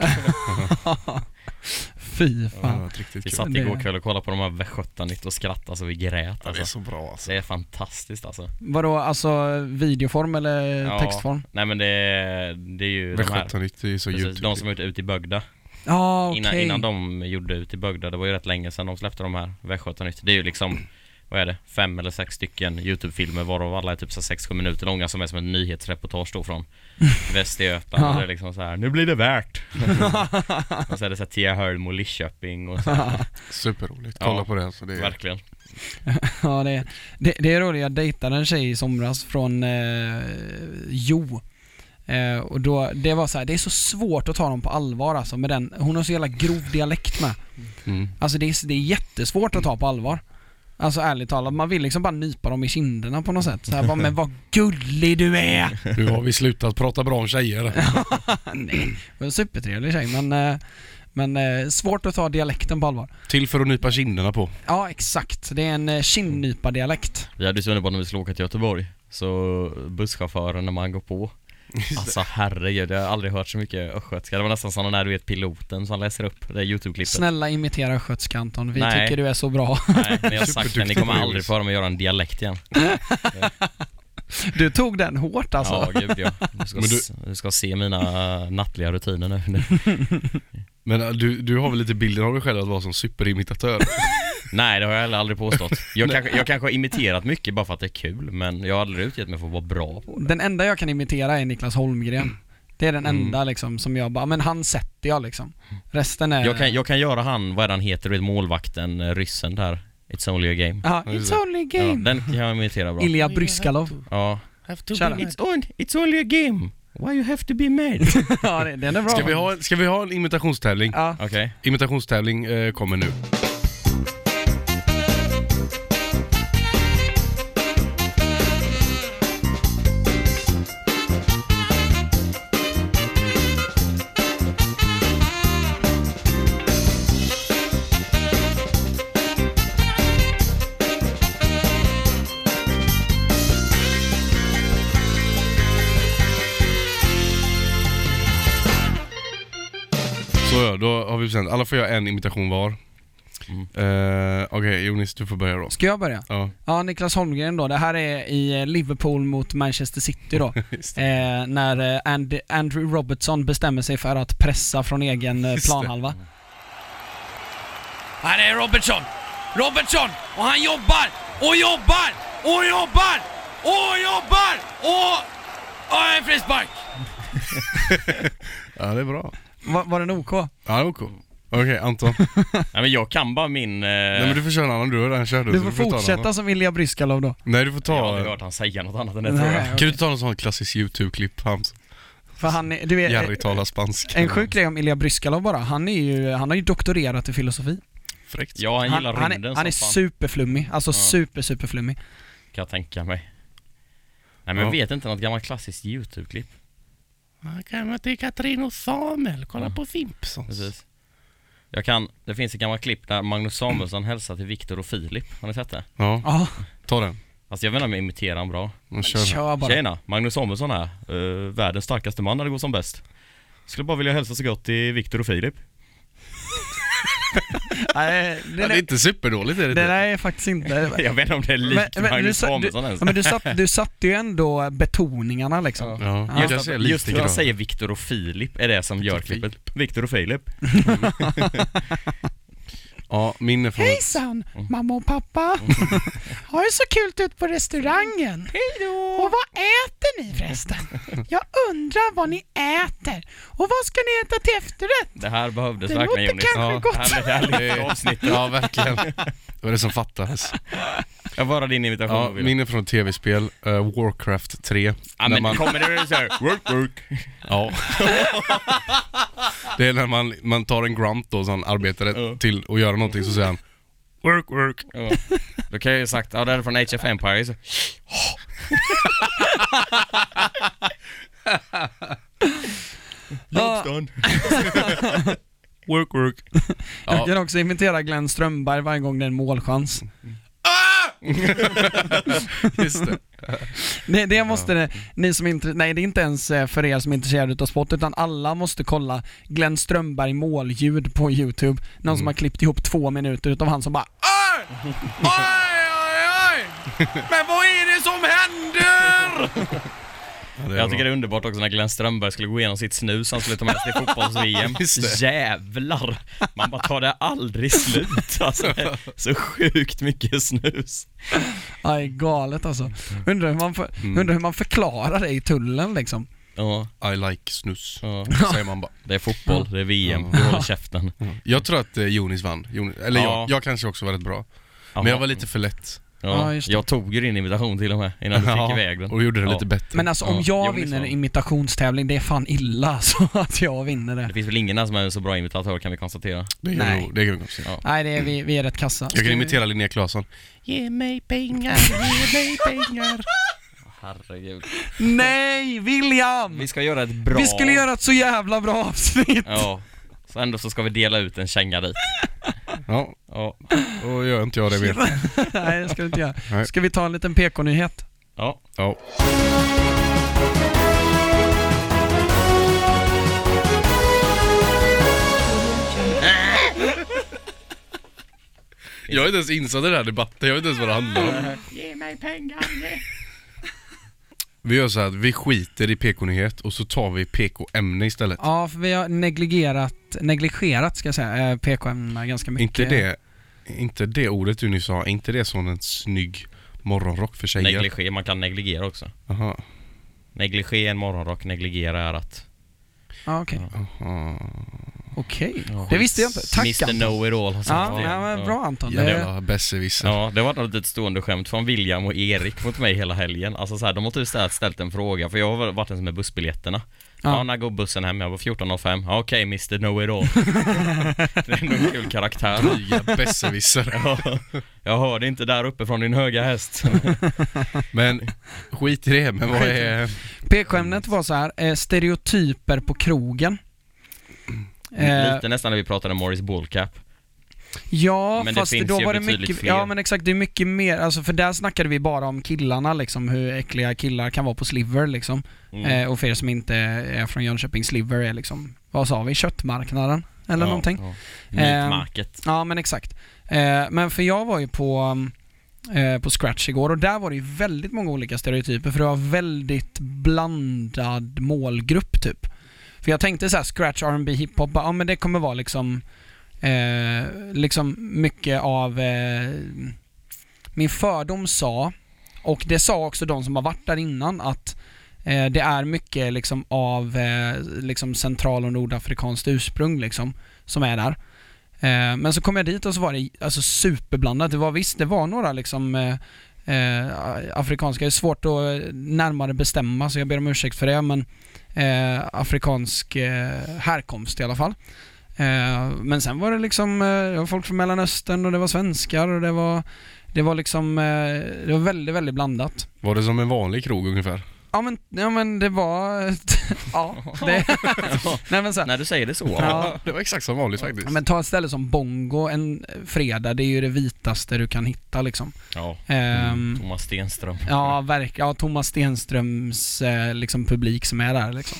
Fy fan. Ja, vi satt igår kväll och kollade på de här Västgötanytt och skrattade så vi grät. Alltså. Ja, det är så bra alltså. Det är fantastiskt alltså. Vadå, alltså videoform eller textform? Nej men det är ju Västgötanytt är ju så YouTube. De som är ute i Bögda. Okay. Innan de gjorde ut i Bögda, det var ju rätt länge sedan de släppte de här Västgötanytt. Det är ju liksom, vad är det, 5 eller 6 stycken YouTube-filmer varav alla är typ 6-7 minuter långa som är som en nyhetsreportage då från Västergötland. Och det är liksom så här, nu blir det värt. Och så är det så här Tia Hölm och Lidköping och så. Superroligt, kolla på det alltså, det är... Verkligen. Ja, det är roligt. Jag dejtade en tjej i somras från Jo. Och då, det var så här, det är så svårt att ta dem på allvar alltså, med den, hon har så jävla grov dialekt med. Alltså det är jättesvårt att ta på allvar. Alltså ärligt talat, man vill liksom bara nypa dem i kinderna på något sätt. Så här, bara, men vad gullig du är! Nu har vi slutat prata bra om tjejer. Nej, det var en supertrevlig tjej, men svårt att ta dialekten på allvar. Till för att nypa kinderna på. Ja, exakt. Det är en kindnypa-dialekt. Vi hade ju så underbart när vi skulle åka till Göteborg. Så busschauffören när man går på. Alltså herregud, jag har aldrig hört så mycket östgötska. Det var nästan sådana när du vet piloten som läser upp det YouTube-klippet. Snälla imitera östgötska, Anton. Vi Nej. tycker du är så bra. Nej, men jag har sagt det, ni kommer aldrig få höra mig göra en dialekt igen. Du tog den hårt alltså. Ja, gud ja. Du ska se mina nattliga rutiner nu. Men du har väl lite bilden av dig själv att vara som superimitatör? Nej, det har jag heller aldrig påstått. Jag kanske har imiterat mycket bara för att det är kul, men jag har aldrig utgett mig för att vara bra på det. Den enda jag kan imitera är Niklas Holmgren. Det är den enda liksom som jag bara, men han sätter jag liksom. Resten är... Jag kan göra han, vad är det han heter, du vet, målvakten, ryssen där. It's only a game. Ja, it's only a game. Ja, den kan jag imitera bra. Ilja Bryskalov. Ja. Köra. It's only a game. Why you have to be mad? Ja, den är bra. Ska vi ha en imitationstävling? Ja. Okej. Imitationstävling kommer nu. Så ja, då har vi bestämt. Alla får göra en imitation var. Okej, Jonas, du får börja då. Ska jag börja? Ja. Ja, Niklas Holmgren då. Det här är i Liverpool mot Manchester City då. När Andrew Robertson bestämmer sig för att pressa från egen planhalva. Här är Robertson! Robertson! Och han jobbar! Och jobbar! Och jobbar! Och jobbar! Och en frispark! Ja, det är bra. Var den OK? Ja, det är OK. Okej, Anton. Nej, men jag kan bara min... Nej, men du får köra en annan, du har redan kört. Du får fortsätta som Ilja Bryskalov då. Nej, du får ta... Jag har aldrig hört han säga något annat än det, Nej, tror jag. okej. Kan du ta någon sån klassisk YouTube-klipp, Hans? För han är, du vet, Jerry talar spanska. en sjuk grej om Ilja Bryskalov bara. Han har ju doktorerat i filosofi. Fräckt. Ja, han gillar rymden. Han är superflummig. Alltså superflummig. Kan jag tänka mig. Nej, men jag vet inte något gammalt klassiskt YouTube-klipp. Kan man till Katrin och Samuel, kolla på Fimpsons. Precis. Det finns ett gammalt klipp där Magnus Samuelsson hälsar till Viktor och Filip. Har ni sett det? Ja, Ja, ta den. Alltså jag vet inte om jag imiterar han bra. kör bara. Tjena, Magnus Samuelsson här. Världens starkaste man när det går som bäst. Skulle bara vilja hälsa så gott till Viktor och Filip. Nej, Det är inte superdåligt, är det det inte? är faktiskt inte. Jag vet inte om det är likt Magnus Samuelsson ens. Men du satte ju ändå betoningarna liksom. Ja, Ja. Just för jag säger Viktor och Filip är det som gör klippet. Viktor och Filip. Ja, min är från... Hejsan, mamma och pappa. Har det så kul ut på restaurangen. Hejdå. Och vad äter ni förresten? Jag undrar vad ni äter. Och vad ska ni äta till efterrätt? Det här behövdes Det verkligen, låter Jonis. kanske gott. Härligt avsnitt. Ja, verkligen. Det var det som fattades. Jag bara din invitation. Ja, min är från tv-spel, Warcraft 3. Ja, men kommer det så här, work. Ja. Det är när man tar en grunt då, sån arbetare till att göra någonting, så säger han work. Ja. Då kan jag ju sagt, ja, det är från Age of Empires. Jobstånd. Work. Jag kan också imitera Glenn Strömberg varje gång det är en målchans. Just det. Det måste ni som inte, nej det är inte ens för er som är intresserade av sport, utan alla måste kolla Glenn Strömberg målljud på YouTube. Någon som har klippt ihop 2 minuter utav han som bara Oj! Men vad är det som händer? Ja, Jag tycker det är underbart också när Glenn Strömberg skulle gå igenom sitt snus han skulle ta med sig till fotbolls-VM. Jävlar! Man bara tar det aldrig slut. Alltså, det är så sjukt mycket snus. aj, galet alltså. Undrar hur man förklarar det i tullen liksom. Ja, I like snus, ja. säger man bara. Det är fotboll, det är VM, du håller käften. Jag tror att Jonis vann. Jag kanske också var rätt bra. Men jag var lite för lätt. Ja, just det. jag tog ju din imitation till och med innan du fick iväg den. och gjorde det lite bättre. Men alltså om jag vinner en imitationstävling, det är fan illa så att jag vinner det. Det finns väl ingen här som är en så bra imitatör, kan vi konstatera. Det kan vi konstatera. Ja. Nej, det är, vi är rätt kassa. Jag kan imitera Linnea Claesson. Ge mig pengar, ge mig pengar. Herregud. Nej, William! Vi ska göra ett bra... Vi skulle göra ett så jävla bra avsnitt. Ja. Så ändå så ska vi dela ut en känga dit. Ja, Ja. och gör inte jag det mer. Nej, det ska vi inte göra. Nej. Ska vi ta en liten PK-nyhet? Ja. Ja. Jag är inte ens insatt i den här debatten, jag vet inte ens vad det handlar om. Ge mig pengar. Vi gör så här att vi skiter i PK-nyhet och så tar vi PK-ämne istället. Ja, för vi har negligerat ska jag säga, PK-ämnena ganska mycket. Inte det ordet du nyss sa, inte det som en snygg morgonrock för tjejer? Negligé, man kan negligera också. Aha. Negligé en morgonrock, negligera är att... Ja, okej. Aha. Okej, Ja. det visste jag inte. Tack Mr. Anton. Know-it-all har sagt Ja, det. ja, men bra Anton. Jävla besserwisser. Ja, det var något ett stående skämt från William och Erik mot mig hela helgen. Alltså så här, de har typ ställt en fråga, för jag har varit den som är bussbiljetterna. Ja, när går bussen hem? Jag var 14.05. Ja, okej, Mr. Know-it-all. Det är nog en kul karaktär. Dryga besserwisser. Ja, jag hörde inte där uppe från din höga häst. Men skit i det, men vad är... PK-ämnet var så här, stereotyper på krogen. Lite nästan när vi pratade om Morris Ballcap. Ja, Men det fast finns då ju var det betydligt mycket, fler. ja men exakt, det är mycket mer, alltså för där snackade vi bara om killarna liksom, hur äckliga killar kan vara på Sliver liksom. Och för er som inte är från Jönköping, Sliver är liksom, vad sa vi, köttmarknaden eller någonting. Ja. Meatmarket. Ja men exakt. Men för jag var ju på Scratch igår och där var det ju väldigt många olika stereotyper, för det var väldigt blandad målgrupp typ. För jag tänkte så här, Scratch, R&B, hiphop, ja men det kommer vara liksom mycket av min fördom sa, och det sa också de som har varit där innan, att det är mycket liksom av liksom central- och nordafrikanskt ursprung liksom, som är där. Men så kom jag dit och så var det alltså superblandat. Det var några liksom afrikanska, det är svårt att närmare bestämma så jag ber om ursäkt för det, men afrikansk härkomst i alla fall. Men sen var det liksom det var folk från Mellanöstern och det var svenskar och det var liksom det var väldigt, väldigt blandat. Var det som en vanlig krog ungefär? Ja men det var ja, det nej men så. När du säger det så. Ja. Det var exakt som vanligt faktiskt. Men ta ett ställe som Bongo en fredag, det är ju det vitaste du kan hitta liksom. Ja. Thomas Stenström. Ja, verkligen. Ja, Thomas Stenströms liksom publik som är där liksom.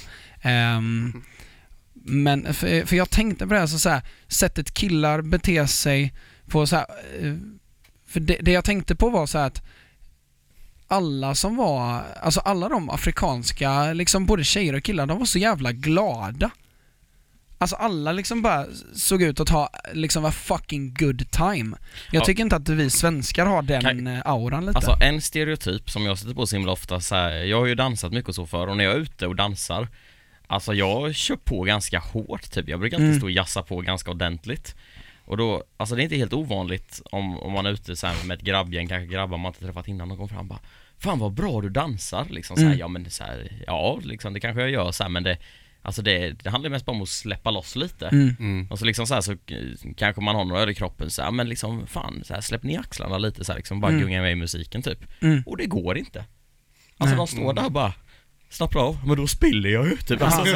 Men för jag tänkte på det här, så här sättet killar beter sig på så här, för det jag tänkte på var så här att alla som var, alltså alla de afrikanska liksom både tjejer och killar, de var så jävla glada. Alltså alla liksom bara såg ut att ha liksom a fucking good time. Jag tycker inte att vi svenskar har den auran lite. Alltså en stereotyp som jag sätter på så himla ofta så här, jag har ju dansat mycket och så för, och när jag är ute och dansar, alltså jag kör på ganska hårt typ. Jag brukar inte stå och jassa på ganska ordentligt. Och då, alltså det är inte helt ovanligt om man är ute så här med ett grabbgäng, kanske grabbar man inte träffat innan, och kommer fram bara, fan vad bra du dansar liksom så här, ja men så här, ja liksom det kanske jag gör så här, men det alltså det handlar mest bara om att släppa loss lite. Och så liksom så här, så kanske man har några öl i kroppen så här, men liksom fan så här, släpp ner axlarna lite så här, liksom bara gunga med i musiken typ. Och det går inte. Alltså de står där bara, slappar av, men då spiller jag ju typ. Alltså,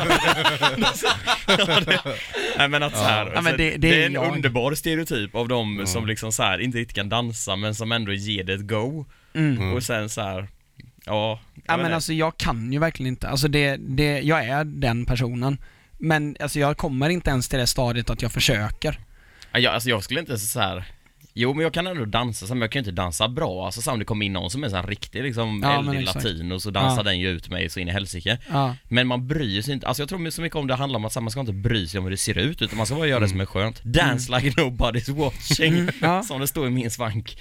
nej men att så här, ja, men det är en underbar stereotyp av dem som liksom så här inte riktigt kan dansa, men som ändå ger det ett go. Och sen så här, ja men alltså jag kan ju verkligen inte. Alltså jag är den personen. Men alltså jag kommer inte ens till det stadiet att jag försöker. Ja, alltså jag skulle inte så här. Jo, men jag kan ändå dansa, men jag kan ju inte dansa bra. Alltså så om det kommer in någon som är så här riktig liksom eldig latin, och så dansar den ju ut mig så in i helsike. Men man bryr sig inte. Alltså jag tror så mycket om det handlar om att man ska inte bry sig om hur det ser ut, utan man ska bara göra det som är skönt. Dance like nobody's watching. Som det står i min svank.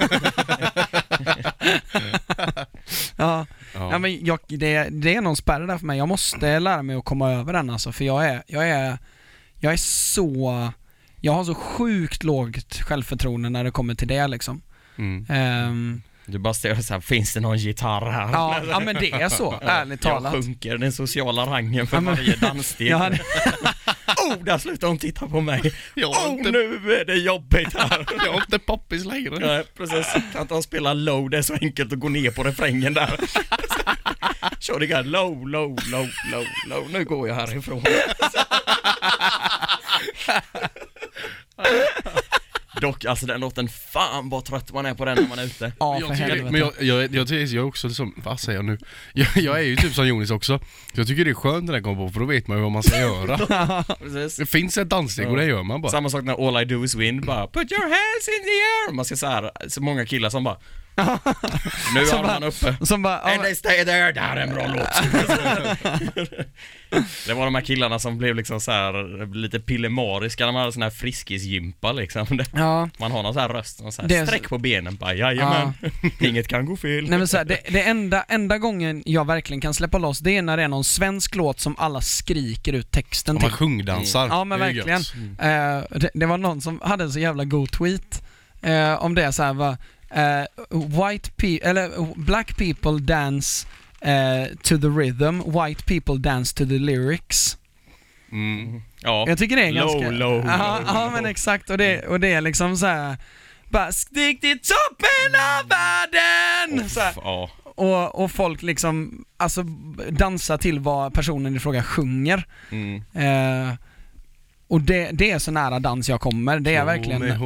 Ja, men det är någon spärr där för mig. Jag måste lära mig att komma över den alltså, för jag är så, jag har så sjukt lågt självförtroende när det kommer till det liksom. Du bara står så här, finns det någon gitarr här? Ja, men det är så, ärligt talat. Jag sjunker den sociala rangen för varje danssteg. Där slutar hon titta på mig. Nu är det jobbigt här. Jag har inte poppis längre. Nej, precis. Kan inte spela low, det är så enkelt att gå ner på refrängen där. Kör det low, low, low, low, low. Nu går jag härifrån. Dock, alltså den låten, fan vad trött man är på den när man är ute. Ja, för helvete. Men jag är också som, vad säger jag nu? Jag är ju typ som Jonas också. Jag tycker det är skönt när den kommer på, för då vet man ju vad man ska göra. Precis. Det finns ett danssteg och det gör man bara. Samma sak när All I Do Is Win, bara put your hands in the air. Man ska så här, så många killar som bara nu är man uppe. Som bara, and they stay there. Det här är en bra låt. Det var de här killarna som blev liksom så här lite pillemariska när man hade sån här friskisgympa liksom. Ja. Man har någon så här röst, någon så här sträck på benen, bara jajamän. Inget kan gå fel. Nej, men så här, det enda gången jag verkligen kan släppa loss, det är när det är någon svensk låt som alla skriker ut texten till. Man sjungdansar. Ja, men verkligen. Det var någon som hade en så jävla god tweet om det så här var black people dance to the rhythm, white people dance to the lyrics. Ja. Jag tycker det är ganska low. Ja, men exakt, och det är liksom så här, bara stick till toppen av världen. Så här. Och folk liksom alltså dansar till vad personen i fråga sjunger. Och det är så nära dans jag kommer. Det är verkligen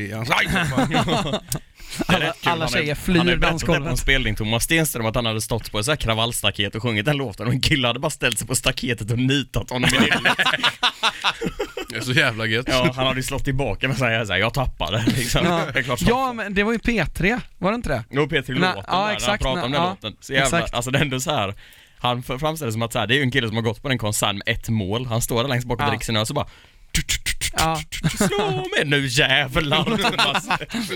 alla tjejer flyr dansgolvet. Han spelning Thomas Stenström att han hade stått på ett så här kravallstaket och sjungit den låten och en kille hade bara ställt sig på staketet och nitat honom i nyllet. Det är så jävla gött. Ja, han hade ju slått tillbaka med så här, jag tappade liksom. Ja. Det är klart. Ja, men det var ju P3, var det inte det? Jo, P3-låten ja, där, exakt, han pratade om den låten. Så jävla, exakt. alltså det är ändå så här. Han framställer som att så här, det är ju en kille som har gått på den konsert med ett mål. Han står där längst bak och dricker sin öl och så bara slå mig nu jävlar Thomas.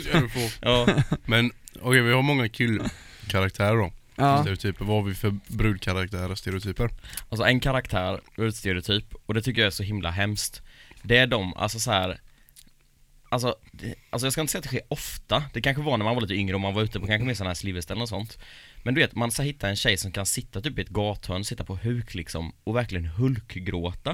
Ja. Men okej, vi har många killkaraktärer då. Stereotyper. Vad har vi för brudkaraktärer, stereotyper? Alltså en karaktär, brudstereotyp, och det tycker jag är så himla hemskt. Det är de, alltså så här. Alltså jag ska inte säga att det sker ofta. Det kanske var när man var lite yngre och man var ute på kanske med sådana här sliveställen och sånt. Men du vet, man ska hitta en tjej som kan sitta typ i ett gathörn, sitta på huk liksom och verkligen hulkgråta.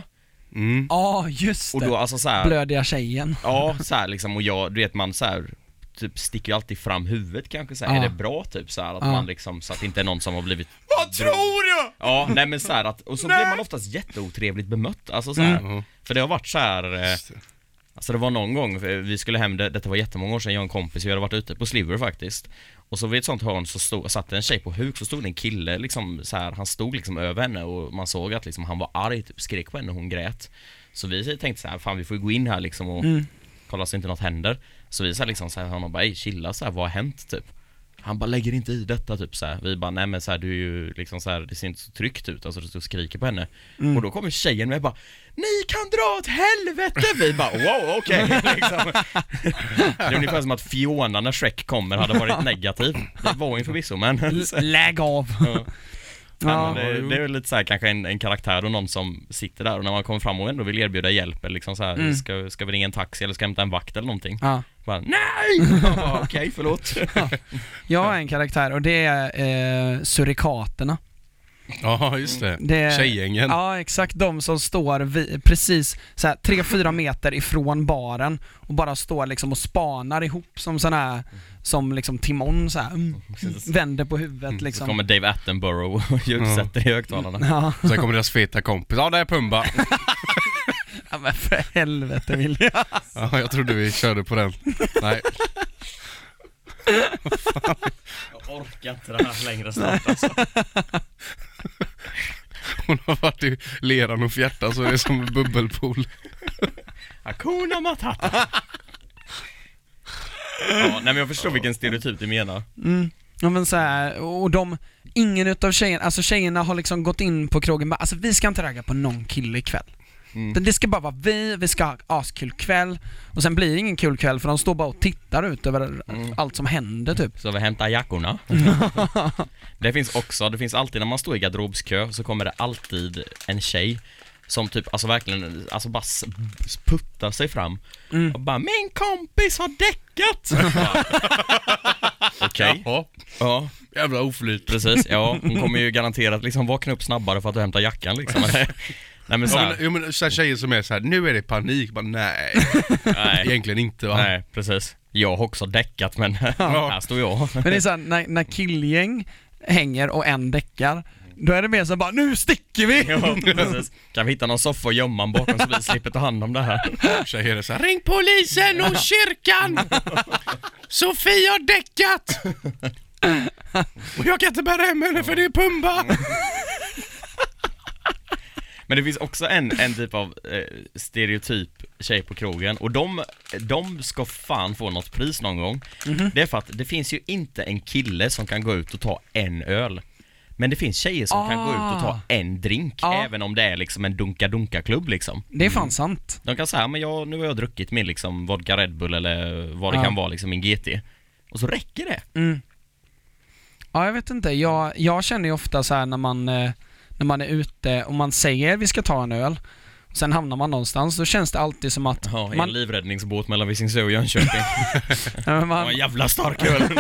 Ja, just det. Och då, alltså, så här, blödiga tjejen. Ja, så här, liksom, och jag, du vet, man så här, typ sticker ju alltid fram huvudet kanske så här. Är det bra typ så här, att man liksom, så att det inte är någon som har blivit vad tror du? Ja, nej men så här, att, och så blir man oftast jätteotrevligt bemött, alltså så här. För det har varit så här. Alltså det var någon gång, vi skulle hem, detta var jättemånga år sedan, jag och en kompis, vi hade varit ute på Sliver faktiskt. Och så vid ett sånt hörn så satt en tjej på huk, så stod det en kille liksom så här, han stod liksom över henne och man såg att liksom han var arg, typ skrek på henne och hon grät. Så vi tänkte så här, fan vi får gå in här liksom och kolla så inte något händer. Så vi sa liksom så här, han bara, ej chilla så här, vad har hänt typ? Han bara, lägger inte i detta typ så här. Vi bara, nej men så här, du är ju liksom så här, det ser inte så tryggt ut, alltså du skriker på henne. Och då kommer tjejen med bara, ni kan dra åt helvete. Vi bara, wow, okej. Liksom. Det är ungefär som att Fiona när Shrek kommer hade varit negativ. Det var ju förvisso, men lägg av. Ja, men det är väl lite så här, kanske en karaktär och någon som sitter där och när man kommer fram och ändå vill erbjuda hjälp eller liksom så här, ska vi ringa en taxi eller ska hämta en vakt eller någonting. Bara, nej! Okej, förlåt. Jag har en karaktär och det är surikaterna. Ja, just det. Tjejgängen. Ja, exakt. De som står precis så här 3-4 meter ifrån baren och bara står liksom och spanar ihop som sån här, som liksom Timon så här, vänder på huvudet liksom. Så kommer Dave Attenborough och ljudsätter i högtalarna. Ja. Sen kommer deras feta kompis. Ja, det är Pumba. Ja, men för helvete vill jag. Ja, jag trodde vi körde på den. Nej. Jag orkar inte det här längre snart alltså. Hon har varit i leran och fjärta så är det som en bubbelpool. Hakuna Matata. Ja, nej men jag förstår vilken stereotyp du menar. Ja, men så här, och ingen utav tjejerna har liksom gått in på krogen bara, alltså vi ska inte ragga på någon kille ikväll. Det ska bara vara vi ska ha askul kväll. Och sen blir det ingen kul kväll för de står bara och tittar ut över allt som händer typ. Så vi hämtar jackorna. Det finns alltid när man står i garderobskö så kommer det alltid en tjej som typ, alltså verkligen, alltså bara puttar sig fram och bara, min kompis har däckat. Okej. Ja. Jävla oflyt. Precis, ja. Hon kommer ju garanterat liksom vakna upp snabbare för att du hämtar jackan liksom. Nej men såhär. Ja, men så här tjejer som är så här, nu är det panik. Bara, nej. Egentligen inte, va? Nej, precis. Jag har också däckat, men här står jag. Men det är såhär, när killgäng hänger och en däckar, då är det mer så bara, nu sticker vi! Ja, precis. Kan vi hitta någon soffa och gömma bakom så vi slipper ta hand om det här? Tjejer är så här, ring polisen och kyrkan! Sofie har däckat! Och jag kan inte bära hem henne för det är Pumba! Men det finns också en typ av stereotyp tjej på krogen. Och de ska fan få något pris någon gång. Det är för att det finns ju inte en kille som kan gå ut och ta en öl. Men det finns tjejer som kan gå ut och ta en drink. Även om det är liksom en dunka-dunka-klubb liksom. Det är fan sant. De kan säga, men nu har jag druckit min liksom vodka Red Bull eller vad det kan vara, liksom min GT. Och så räcker det. Ja, jag vet inte. Jag känner ju ofta så här när man är ute och man säger vi ska ta en öl, och sen hamnar man någonstans, då känns det alltid som att en livräddningsbåt mellan Visingsö och Jönköping. En jävla stark öl.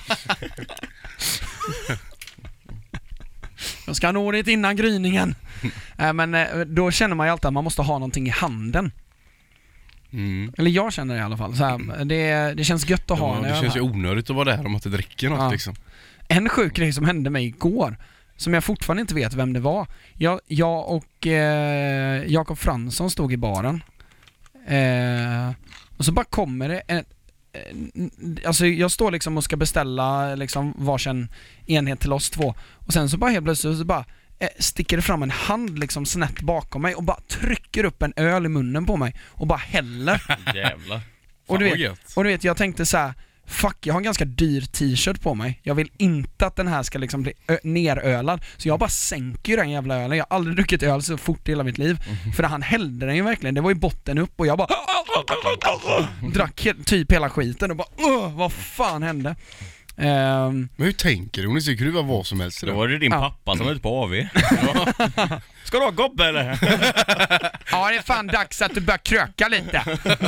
Jag ska nå det innan gryningen. Men då känner man ju alltid att man måste ha någonting i handen. Eller jag känner det i alla fall så här, det känns gött att ha en öl. Det känns ju onödigt att vara där om man inte dricker något liksom. En sjuk grej som hände mig igår, som jag fortfarande inte vet vem det var. Jag och Jakob Fransson stod i baren. Och så bara kommer det alltså jag står liksom och ska beställa liksom varsin enhet till oss två. Och sen så bara helt plötsligt så bara sticker det fram en hand liksom snett bakom mig och bara trycker upp en öl i munnen på mig och bara häller. Jävlar. Och du vet, jag tänkte så här: fuck, jag har en ganska dyr t-shirt på mig. Jag vill inte att den här ska liksom bli nerölad. Så jag bara sänker ju den jävla ölen. Jag har aldrig druckit öl så fort i hela mitt liv. För han hällde den ju verkligen. Det var ju botten upp och jag bara drack typ hela skiten och bara vad fan hände? Men hur tänker du? Hon är ju vad som helst. Då var det din pappa som var ute på AV. Ska du ha gobbe eller? Ja, det är fan dags att du börjar kröka lite.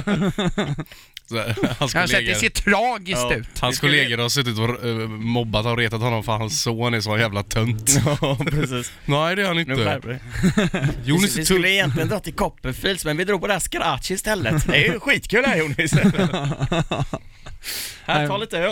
Det ser tragiskt ut. Hans kollegor har suttit och mobbat och retat honom för hans son är så en jävla tönt. Ja, precis. Nej, det är han inte. Jonas, vi skulle egentligen dra till Copperfields, men vi drog på det här Scratch istället. Det är ju skitkul här, Jonas. Här, ta lite öl.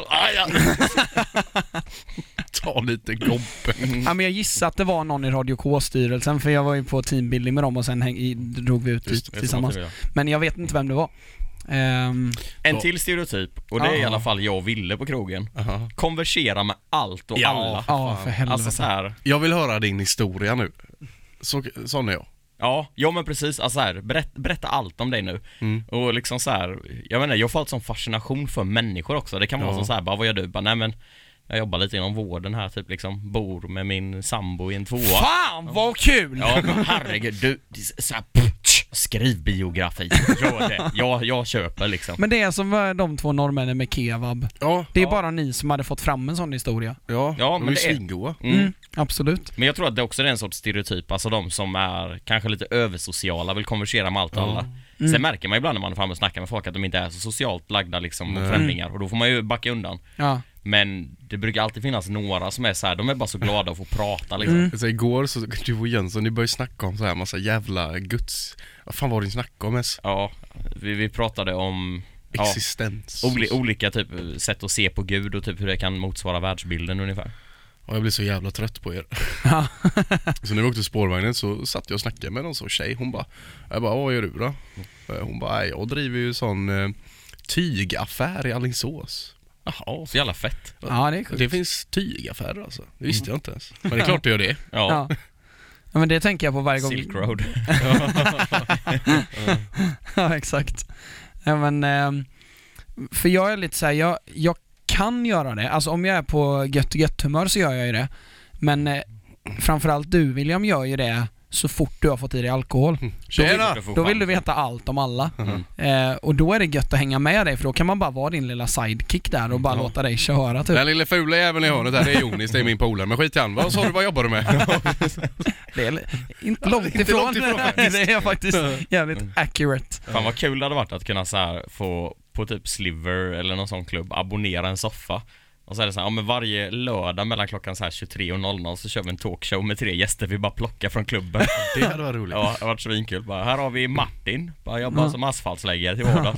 Ta lite gobbe. Ja, men jag gissar att det var någon i Radio K-styrelsen, för jag var ju på teambuilding med dem och sen drog vi ut tillsammans. Men jag vet inte vem det var. En till stereotyp, och det är i alla fall jag och Ville på krogen. Konversera med allt och alla. Ja, för helvete. Alltså så här. Jag vill höra din historia nu. Sån är jag. Ja, men precis, alltså här, berätta allt om dig nu. Och liksom så här, jag vet inte, jag får allt som fascination för människor också. Det kan vara så här, bara vad gör du? Bara, nej men jag jobbar lite inom vården här typ liksom, bor med min sambo i en 2. Fan vad kul! Ja, men herregud, du så här, skriv biografi. Gör det. Jag köper liksom. Men det är som de två norrmännen med kebab. Ja. Det är bara ni som hade fått fram en sån historia. Ja, men det är svingoa. Absolut. Men jag tror att det också är en sorts stereotyp. Alltså de som är kanske lite översociala, vill konversera med allt och alla. Sen märker man ibland när man är framme och snackar med folk att de inte är så socialt lagda liksom, främlingar. Och då får man ju backa undan. Ja. Men det brukar alltid finnas några som är så här, de är bara så glada att få prata liksom. Så igår så du och Jönsson, ni började snacka om så här massa jävla guds. Vad fan var det ni snackade om ens? Ja, vi pratade om existens. Olika typ sätt att se på Gud och typ hur det kan motsvara världsbilden ungefär. Och jag blir så jävla trött på er. Så när vi åkte spårvagnen så satt jag och snackade med någon så tjej. Hon bara, vad gör du då? Hon bara, jag driver ju sån tygaffär i Alingsås. Jaha, så jävla fett. Ja, det är sjukt. Det finns tygaffärer alltså. Det visste jag inte ens. Men det är klart det gör det. Ja. Ja, men det tänker jag på varje gång. Silk Road. Ja, exakt. Ja, men för jag är lite så här, jag kan göra det. Alltså om jag är på gött humör så gör jag ju det. Men framförallt du, William, gör ju det så fort du har fått i dig alkohol. Tjena! Då vill du veta allt om alla. Och då är det gött att hänga med dig, för då kan man bara vara din lilla sidekick där och bara låta dig köra typ. Den lilla fula jäveln i hörnet där, det är Jonis, det är min polare. Men skit i han, vad jobbar du med? Det är inte långt Inte ifrån. långt ifrån Det är faktiskt jävligt accurate. Fan vad kul det hade varit att kunna så här få på typ Sliver eller någon sån klubb abonnera en soffa. Och så är det så här, ja, men varje lördag mellan klockan så här 23 och 00 så kör vi en talkshow med 3 gäster vi bara plockar från klubben. Det hade varit roligt. Ja, det har varit svinkul. Bara, här har vi Martin, bara jobbar som asfaltsläggare till vardags.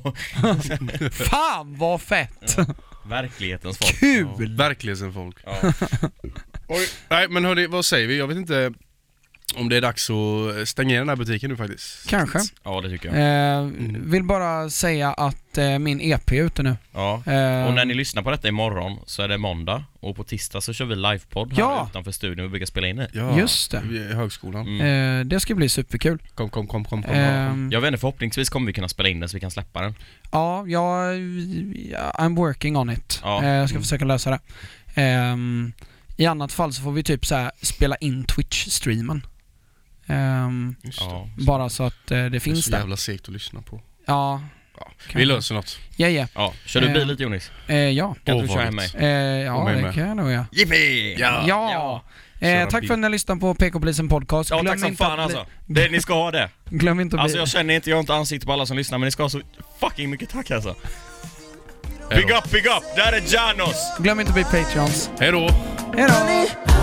Fan vad fett! Ja. Verklighetens folk. Kul! Verkligheten folk. Ja. Oj. Nej men hörni, vad säger vi? Jag vet inte om det är dags att stänga ner den här butiken nu faktiskt. Kanske. Ja, det tycker jag. Vill bara säga att min EP är ute nu. Ja. Och när ni lyssnar på detta imorgon så är det måndag. Och på tisdag så kör vi livepodd här utanför studion och brukar spela in det. Ja, just det. I högskolan. Det ska bli superkul. Kom. Jag vet inte, förhoppningsvis kommer vi kunna spela in den så vi kan släppa den. Ja, I'm working on it. Ja. Jag ska försöka lösa det. I annat fall så får vi typ så här spela in Twitch-streamen. Just det. Ja. Bara så att det Det är finns så där. jävla segt att lyssna på. Ja. Vi löser något. Ja. Ja, kör du bil lite Jonis? Ja. Kan Åh, du vad köra hem gött. mig? Ja, med det med. kan jag nog göra. Yippee! Ja. Köra Tack bil. för att ni lyssnade på PK-polisen podcast. Ja, tack Glöm som inte fan att bli- alltså. Ni ska ha det. Glöm inte att Alltså bli... jag känner inte, jag har inte ansikte på alla som lyssnar, men ni ska ha så fucking mycket tack alltså. Hej då. Big up! Där är Janos! Glöm inte att bli Patreons. Hej då! Hej då!